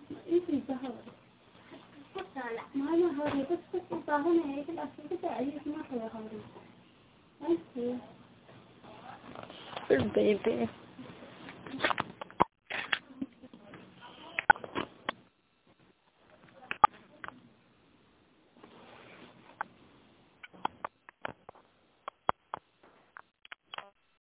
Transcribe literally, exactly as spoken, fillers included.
اسمي سهر. ما أنا هوري بس كنت طاهنة هيك الأصل كنت أعيش ما هو هوري. أنتي. Baby.